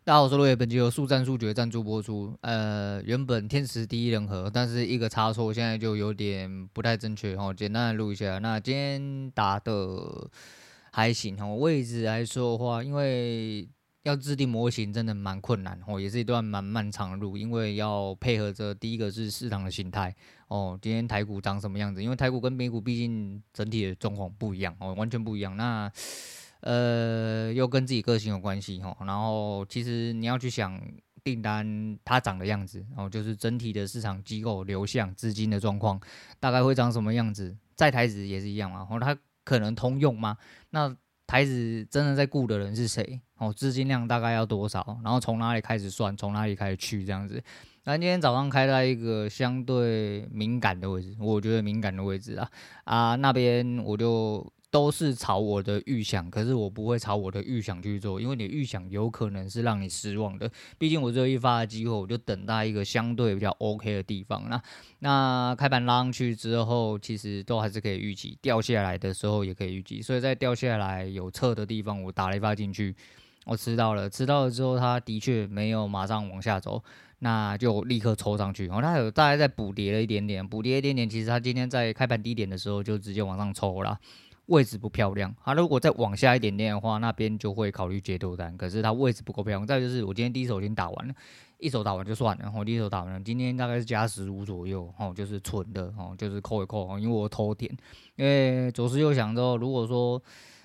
大家好，我是陆野，本期由速战速决赞助播出。原本天时地利人和，但是一个差错，现在就有点不太正确哦。简单的录一下，那今天打的还行哦。位置来说的话，因为要制定模型真的蛮困难哦，也是一段蛮漫长的路，因为要配合着第一个是市场的形态哦，今天台股长什么样子？因为台股跟美股毕竟整体的状况不一样哦，完全不一样。那又跟自己个性有关系哈。然后其实你要去想订单它长的样子，然后就是整体的市场机构流向资金的状况，大概会长什么样子。在台子也是一样嘛，然后它可能通用吗？那台子真的在雇的人是谁？哦，资金量大概要多少？然后从哪里开始算？从哪里开始去？这样子。那今天早上开在一个相对敏感的位置，我觉得敏感的位置那边我就都是朝我的预想，可是我不会朝我的预想去做，因为你的预想有可能是让你失望的。毕竟我只有一发的机会，我就等待一个相对比较 OK 的地方。那开盘拉上去之后，其实都还是可以预期，掉下来的时候也可以预期，所以在掉下来有测的地方，我打了一发进去。我吃到了之后，它的确没有马上往下走，那就立刻抽上去。然后它有大概在补跌了一点点，补跌一点点，其实它今天在开盘低点的时候就直接往上抽了啦，位置不漂亮。它如果再往下一点点的话，那边就会考虑接多单，可是它位置不够漂亮。再就是我今天第一手已经打完了，一手打完就算了，然后第一手打完了，今天大概是加15左右，就是纯的，就是扣一扣，因为我偷点，因为左思右想之后，如果说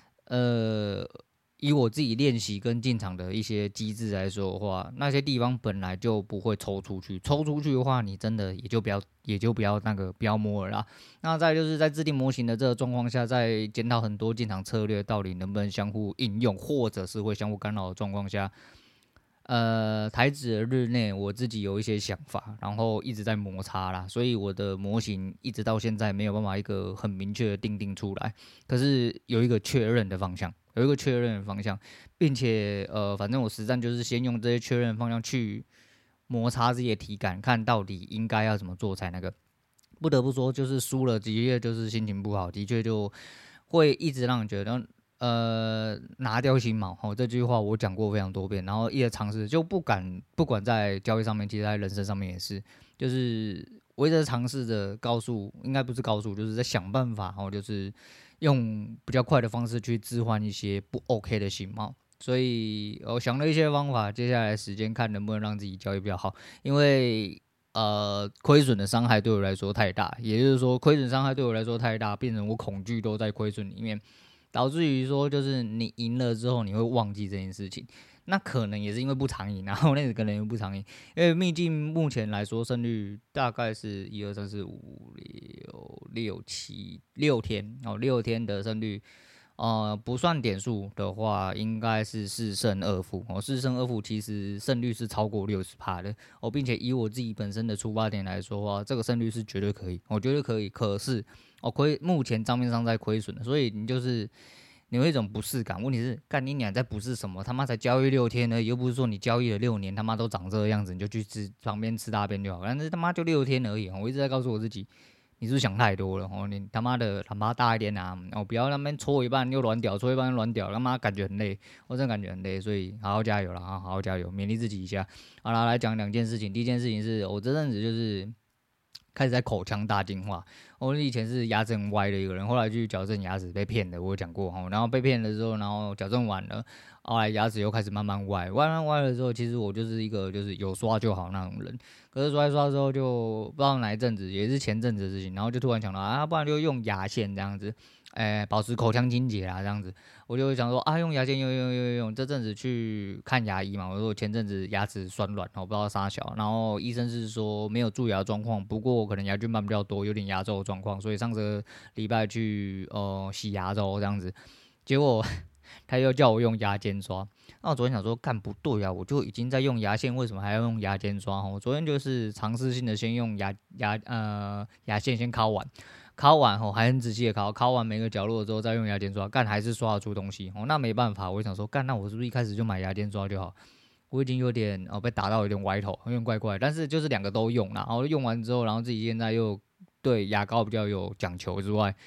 以我自己练习跟进场的一些机制来说的话，那些地方本来就不会抽出去，抽出去的话，你真的也就不要不要摸了啦。那再就是在制定模型的这个状况下，在检讨很多进场策略到底能不能相互应用，或者是会相互干扰的状况下，台指的日内我自己有一些想法，然后一直在摩擦啦，所以我的模型一直到现在没有办法一个很明确的定出来，可是有一个确认的方向，并且反正我实战就是先用这些确认的方向去摩擦这些体感，看到底应该要怎么做才那个。不得不说，就是输了，的确就是心情不好，的确就会一直让人觉得，拿掉心毛。这句话我讲过非常多遍，然后一直尝试，就不管在交易上面，其实在人生上面也是，就是我一直尝试着应该不是告诉，就是在想办法，就是用比较快的方式去置换一些不 OK 的形貌。所以我想了一些方法，接下来时间看能不能让自己交易比较好，因为亏损的伤害对我来说太大，也就是说亏损伤害对我来说太大，变成我恐惧都在亏损里面，导致于说就是你赢了之后你会忘记这件事情，那可能也是因为不常赢，然后那可能也不常赢，因为毕竟目前来说胜率大概是1、2、3、4、5、6、76天6天的胜率。不算点数的话，应该是4胜2负。4胜2负其实胜率是超过60%的并且以我自己本身的出发点来说的话，这个胜率是绝对可以，我觉得可以。可是目前账面上在亏损的，所以你有一种不适感。问题是，干你娘在不是什么？他妈才交易6天而已，又不是说你交易了6年，他妈都长这个样子，你就去旁边吃大便就好。但是他妈就6天而已，我一直在告诉我自己。你是不是想太多了你他妈的他妈大一点啊！不要那边搓一半又软屌，搓一半又软屌，他妈感觉很累，我真的感觉很累，所以好好加油了啊，好好加油，勉励自己一下。好啦，来讲2件事情。第一件事情是我这阵子就是开始在口腔大进化。我以前是牙齿很歪的一个人，后来去矫正牙齿被骗的，我有讲过然后被骗了之后，然后矫正完了，后来牙齿又开始慢慢歪，慢慢歪了之后，其实我就是一个就是有刷就好那种人。可是刷一刷之后就不知道哪一阵子，也是前阵子的事情，然后就突然想到不然就用牙线这样子，保持口腔清洁啦这样子。我就想说用牙线用。这阵子去看牙医嘛，我说我前阵子牙齿酸软，我不知道啥小，然后医生是说没有蛀牙状况，不过我可能牙菌斑比较多，有点牙周的状况，所以上个礼拜去洗牙周这样子，结果他又叫我用牙尖刷。那我昨天想说，干不对啊，我就已经在用牙线，为什么还要用牙尖刷？我昨天就是尝试性的先用牙线先敲完还很仔细的敲完每个角落之后再用牙尖刷，干还是刷得出东西那没办法，我想说干，那我是不是一开始就买牙尖刷就好？我已经有点被打到有点歪头，有点怪怪，但是就是2个都用啦，然后用完之后，然后自己现在又对牙膏比较有讲求之外，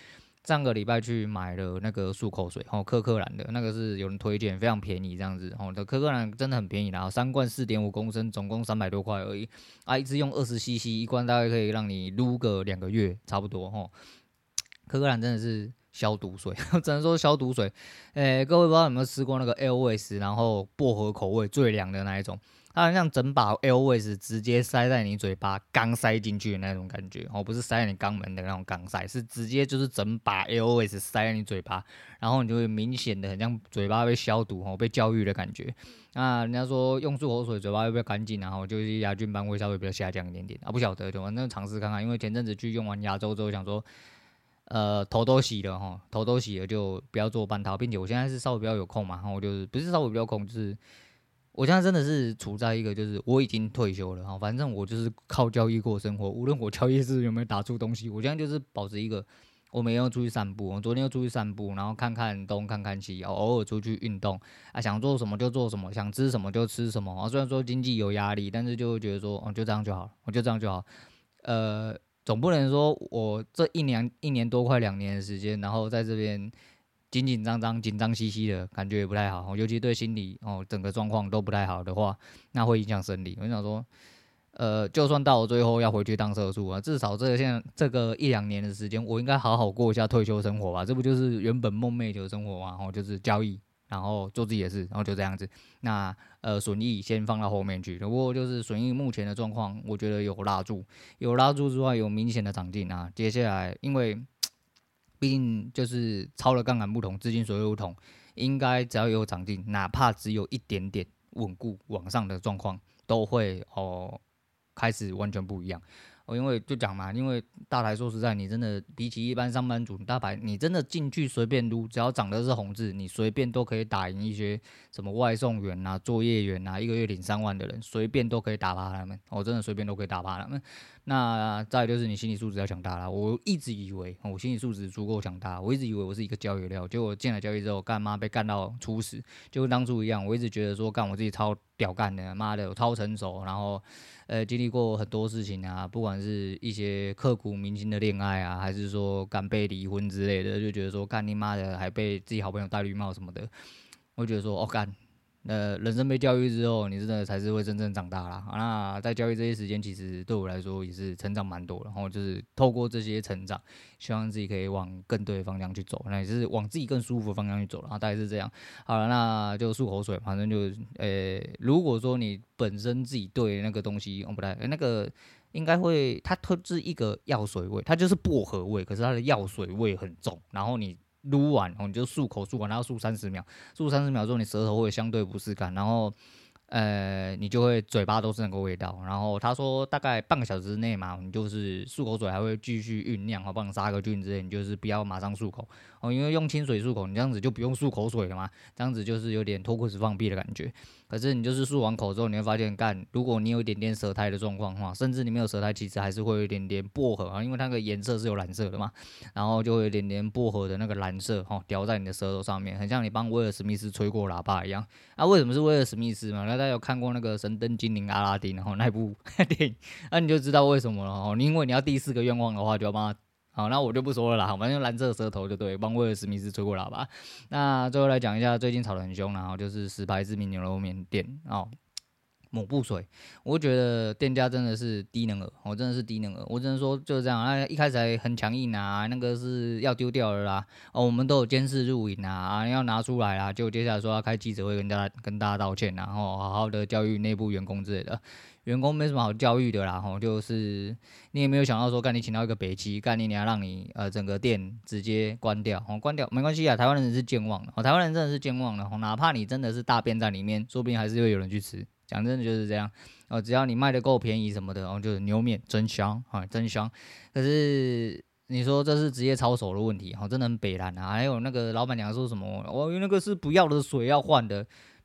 上个礼拜去买了那个漱口水，科克兰的那个是有人推荐，非常便宜这样子，的科克兰真的很便宜啦，3罐4.5公升，总共300多块而已，一支用20cc，一罐大概可以让你撸个2个月差不多，科克兰真的是消毒水，只能说消毒水。各位不知道有没有吃过那个 Airways， 然后薄荷口味最凉的那一种，它好像整把 Airways 直接塞在你嘴巴，刚塞进去的那种感觉，不是塞在你肛门的那种刚塞，是直接就是整把 Airways 塞在你嘴巴，然后你就会明显的很像嘴巴被消毒，被教育的感觉。那人家说用漱口水嘴巴会比较干净，然后就是牙菌斑会稍微比较下降一点点啊，不晓得，反正尝试看看，因为前阵子去用完牙周之后想说。头都洗了哈，头都洗了就不要做半套，并且我现在是稍微比较有空嘛，我就是不是稍微比较空，就是我现在真的是处在一个就是我已经退休了哈，反正我就是靠交易过生活，无论我交易是有没有打出东西，我现在就是保持一个我每天要出去散步，我昨天又出去散步，然后看看东看看西，偶尔出去运动啊，想做什么就做什么，想吃什么就吃什么啊。虽然说经济有压力，但是就会觉得说就这样就好了，我就这样就好，总不能说我这一年多快2年的时间，然后在这边紧紧张张、紧张兮兮的感觉也不太好，尤其对心理整个状况都不太好的话，那会影响生理。我想说，就算到我最后要回去当社畜啊，至少这个1-2年的时间，我应该好好过一下退休生活吧。这不就是原本梦寐求的生活吗？就是交易。然后做自己的事，然后就这样子。那损益先放到后面去。不过就是损益目前的状况，我觉得有拉住之外，有明显的长进啊。接下来因为毕竟就是超了杠杆不同，资金水位不同，应该只要有长进，哪怕只有一点点稳固往上的状况，都会开始完全不一样。因为就讲嘛，因为大台说实在，你真的比起一般上班族，大牌你真的进去随便撸，只要涨的是红字，你随便都可以打赢一些什么外送员啊、作业员啊，一个月领3万的人，随便都可以打趴他们。真的随便都可以打趴他们。那再来就是你心理素质要强大啦。我一直以为我心理素质足够强大，我一直以为我是一个交易料，结果进来交易之后，干妈被干到出事，就跟当初一样。我一直觉得说，干我自己超屌干的，妈的我超成熟，然后经历过很多事情啊，不管是一些刻骨铭心的恋爱啊，还是说干被离婚之类的，就觉得说干你妈的还被自己好朋友戴绿帽什么的，我就觉得说干。人生被教育之后，你真的才是会真正长大啦。那在教育这些时间，其实对我来说也是成长蛮多的。然后就是透过这些成长，希望自己可以往更对的方向去走，那也是往自己更舒服的方向去走。然后大概是这样。好了，那就漱口水，反正就如果说你本身自己对那个东西，不太那个。应该会，它特制一个药水味，它就是薄荷味，可是它的药水味很重。然后你撸完，你就漱口，漱完然后漱30秒，漱30秒之后，你舌头会有相对不适感，然后你就会嘴巴都是那个味道。然后他说大概半个小时之内嘛，你就是漱口水还会继续酝酿，帮你杀个菌之类，你就是不要马上漱口因为用清水漱口，你这样子就不用漱口水了嘛，这样子就是有点脱裤子放屁的感觉。可是你就是漱完口之后，你会发现，如果你有一点点舌苔的状况的话，甚至你没有舌苔，其实还是会有一点点薄荷因为它那个颜色是有染色的嘛，然后就会有一点点薄荷的那个蓝色掉在你的舌头上面，很像你帮威尔史密斯吹过喇叭一样。为什么是威尔史密斯嘛？大家有看过那个《神灯精灵阿拉丁》那部电影，你就知道为什么了因为你要第4个愿望的话，就要帮他。好，那我就不说了啦，反正蓝色舌头就对，帮威尔史密斯吹过喇叭。那最后来讲一下最近炒得很凶，然后就是石牌知名牛肉面店抹布水，我觉得店家真的是低能儿，真的是低能儿。我只能说就是这样。一开始还很强硬啊，那个是要丢掉了啦。我们都有监视录影啊，要拿出来啦。结果接下来说要开记者会跟大家道歉，然后好好的教育内部员工之类的。员工没什么好教育的啦，就是你也没有想到说，你请到一个北七，你要让你整个店直接关掉，关掉没关系啊，台湾人是健忘的，台湾人真的是健忘的，哪怕你真的是大便在里面，说不定还是会有人去吃。讲真的就是这样，只要你卖的够便宜什么的，就是牛面真香真香。可是你说这是职业操守的问题，真的很北蓝啊。还有那个老板娘说什么，那个是不要的水要换的。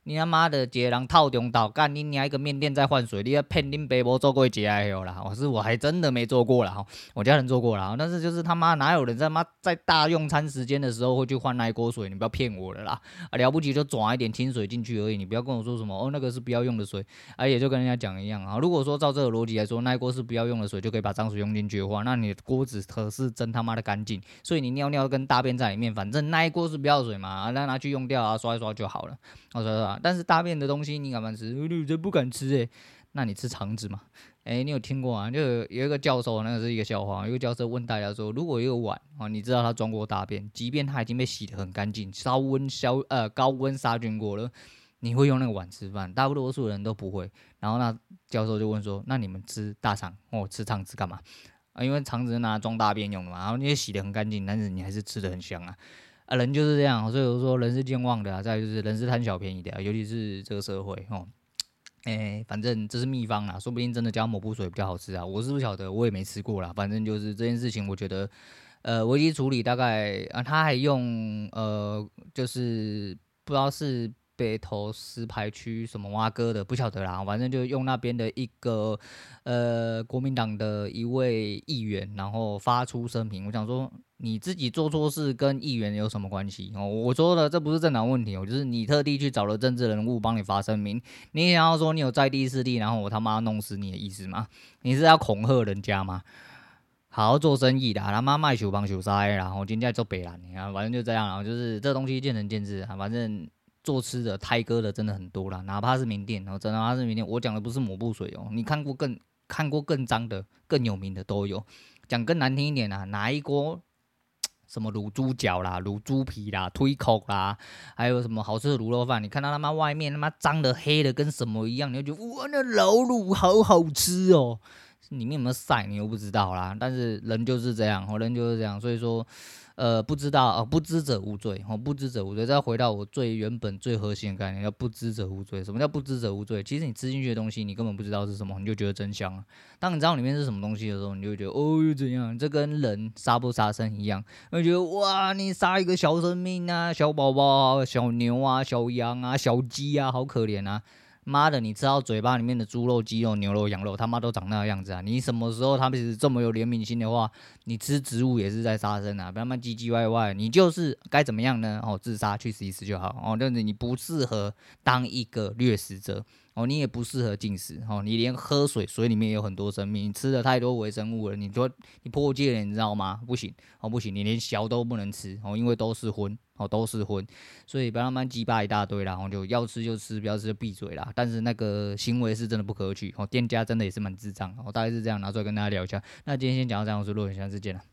你他妈的一个人套中岛，干你娘一个面店在换水，你要骗恁爸母做过节还有啦，我还真的没做过啦，我家人做过啦，但是就是他妈哪有人在大用餐时间的时候会去换那一锅水？你不要骗我了啦！了不起就转一点清水进去而已，你不要跟我说什么那个是不要用的水，也就跟人家讲一样啊。如果说照这个逻辑来说，那一锅是不要用的水就可以把脏水用进去的话，那你的锅子可是真他妈的干净，所以你尿尿跟大便在里面，反正那一锅是不要水嘛，那拿去用掉刷一刷就好了。但是大便的东西你敢不敢吃？你真不敢吃那你吃肠子嘛？你有听过啊？就有一个教授，那个是一个笑话。有一个教授问大家说，如果有一个碗你知道他装过大便，即便他已经被洗得很干净，高温杀菌过了，你会用那个碗吃饭？大多数人都不会。然后那教授就问说，那你们吃大肠吃肠子干嘛？因为肠子拿来装大便用的嘛。然后你也洗得很干净，但是你还是吃得很香啊。人就是这样，所以我说人是健忘的再来就是人是贪小便宜的尤其是这个社会反正这是秘方啦，说不定真的加抹布水比较好吃啊。我是不晓得，我也没吃过啦。反正就是这件事情，我觉得危机处理大概他还用就是不知道是北投石牌区什么蛙哥的，不晓得啦。反正就用那边的一个国民党的一位议员，然后发出声明。我想说，你自己做错事跟议员有什么关系我说的这不是政党问题就是你特地去找了政治人物帮你发声明，你想要说你有在地势力，然后我他妈弄死你的意思吗？你是要恐吓人家吗？好好做生意的，他妈卖手帮手塞，然后今天做北兰，反正就这样，然后就是这东西见仁见智反正做吃的、胎哥的真的很多啦，哪怕是名店，真的哪怕是名店，我讲的不是抹布水你看过更脏的、更有名的都有。讲更难听一点哪一锅什么卤猪脚啦、卤猪皮啦、推口啦，还有什么好吃的卤肉饭，你看到他妈外面他妈脏的黑的跟什么一样，你就觉得哇，那老卤好好吃里面有没有晒你又不知道啦。但是人就是这样人就是这样，所以说不知道不知者无罪不知者无罪。再回到我最原本最核心的概念，叫不知者无罪。什么叫不知者无罪？其实你吃进去的东西，你根本不知道是什么，你就觉得真香了。当你知道里面是什么东西的时候，你就会觉得又怎样？这跟人杀不杀生一样，会觉得哇，你杀一个小生命啊，小宝宝、小牛啊、小羊啊、小鸡啊，好可怜啊。妈的，你吃到嘴巴里面的猪肉、鸡肉、牛肉、羊肉，他妈都长那个样子啊！你什么时候他们其实这么有怜悯心的话，你吃植物也是在杀生啊！不要妈唧唧歪歪，你就是该怎么样呢？自杀去死一死就好但是你不适合当一个掠食者你也不适合进食你连喝水里面也有很多生命，你吃了太多微生物了，你破戒了，你知道吗？不行不行，你连小都不能吃因为都是荤都是荤，所以不要他妈鸡巴一大堆啦就要吃就吃，不要吃就闭嘴啦。但是那个行为是真的不可取店家真的也是蛮智障大概是这样拿出来跟大家聊一下。那今天先讲到这样，我是陆远，下次见了。